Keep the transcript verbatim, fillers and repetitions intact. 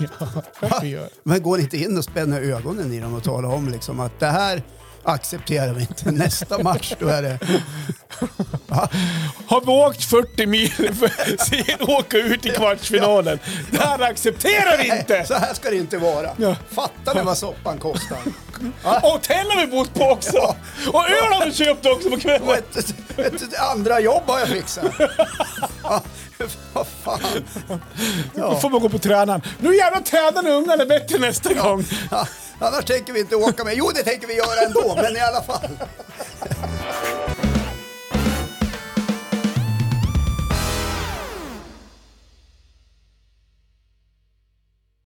Ja, vi gör. Men går inte in och spänna ögonen i dem och tala om liksom att det här accepterar vi inte. Nästa match då är det... Va? Har vi åkt fyrtio mil för sen åka ut i kvartsfinalen? Det här accepterar vi inte! Så här ska det inte vara. Ja. Fattar du vad soppan kostar? Ja. Och hotell har vi bott på också! Ja. Och öl har vi köpt också på kvällen! Och ett, ett, ett andra jobb har jag fixat. Ja, vad fan. Ja. Då får man gå på tränaren. Nu jävla tränar ungarna bättre nästa ja. gång. Ja. Annars tänker vi inte åka med. Jo, det tänker vi göra ändå, men i alla fall.